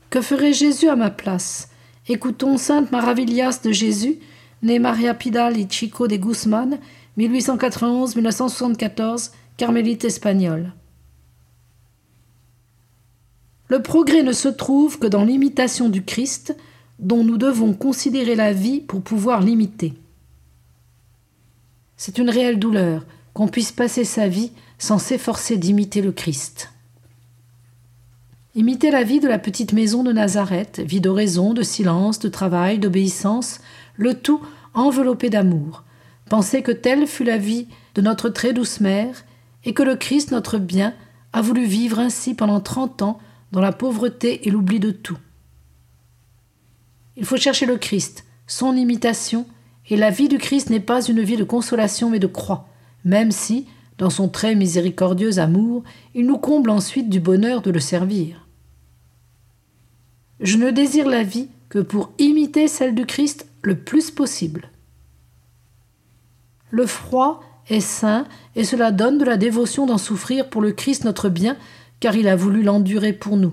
Que ferait Jésus à ma place? Écoutons Sainte Maravillas de Jésus, née Maria Pidal y Chico de Guzman, 1891-1974, carmélite espagnole. Le progrès ne se trouve que dans l'imitation du Christ, dont nous devons considérer la vie pour pouvoir l'imiter. C'est une réelle douleur qu'on puisse passer sa vie sans s'efforcer d'imiter le Christ. Imiter la vie de la petite maison de Nazareth, vie d'oraison, de silence, de travail, d'obéissance, le tout enveloppé d'amour. Penser que telle fut la vie de notre très douce mère et que le Christ, notre bien, a voulu vivre ainsi pendant 30 ans dans la pauvreté et l'oubli de tout. Il faut chercher le Christ, son imitation, et la vie du Christ n'est pas une vie de consolation mais de croix, même si, dans son très miséricordieux amour, il nous comble ensuite du bonheur de le servir. Je ne désire la vie que pour imiter celle du Christ le plus possible. Le froid est sain et cela donne de la dévotion d'en souffrir pour le Christ notre bien, car il a voulu l'endurer pour nous.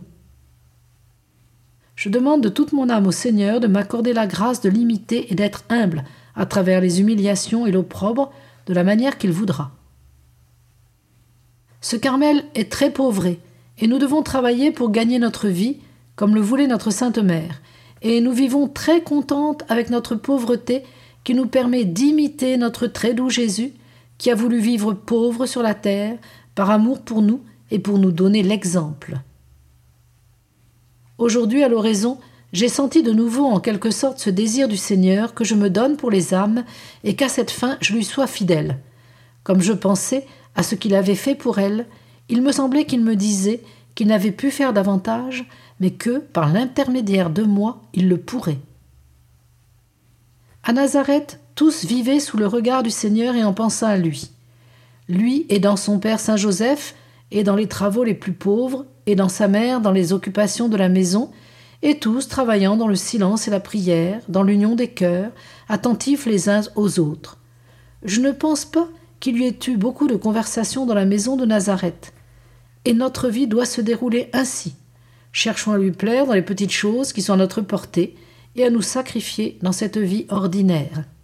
Je demande de toute mon âme au Seigneur de m'accorder la grâce de l'imiter et d'être humble à travers les humiliations et l'opprobre de la manière qu'il voudra. Ce Carmel est très pauvré et nous devons travailler pour gagner notre vie comme le voulait notre Sainte Mère, et nous vivons très contentes avec notre pauvreté qui nous permet d'imiter notre très doux Jésus qui a voulu vivre pauvre sur la terre par amour pour nous et pour nous donner l'exemple. Aujourd'hui, à l'oraison, j'ai senti de nouveau en quelque sorte ce désir du Seigneur que je me donne pour les âmes et qu'à cette fin je lui sois fidèle. Comme je pensais à ce qu'il avait fait pour elles, il me semblait qu'il me disait qu'il n'avait pu faire davantage, mais que, par l'intermédiaire de moi, il le pourrait. À Nazareth, tous vivaient sous le regard du Seigneur et en pensant à lui. Lui aidant son père Saint Joseph, et dans les travaux les plus pauvres, et dans sa mère dans les occupations de la maison, et tous travaillant dans le silence et la prière, dans l'union des cœurs, attentifs les uns aux autres. Je ne pense pas qu'il y ait eu beaucoup de conversations dans la maison de Nazareth. Et notre vie doit se dérouler ainsi. Cherchons à lui plaire dans les petites choses qui sont à notre portée et à nous sacrifier dans cette vie ordinaire.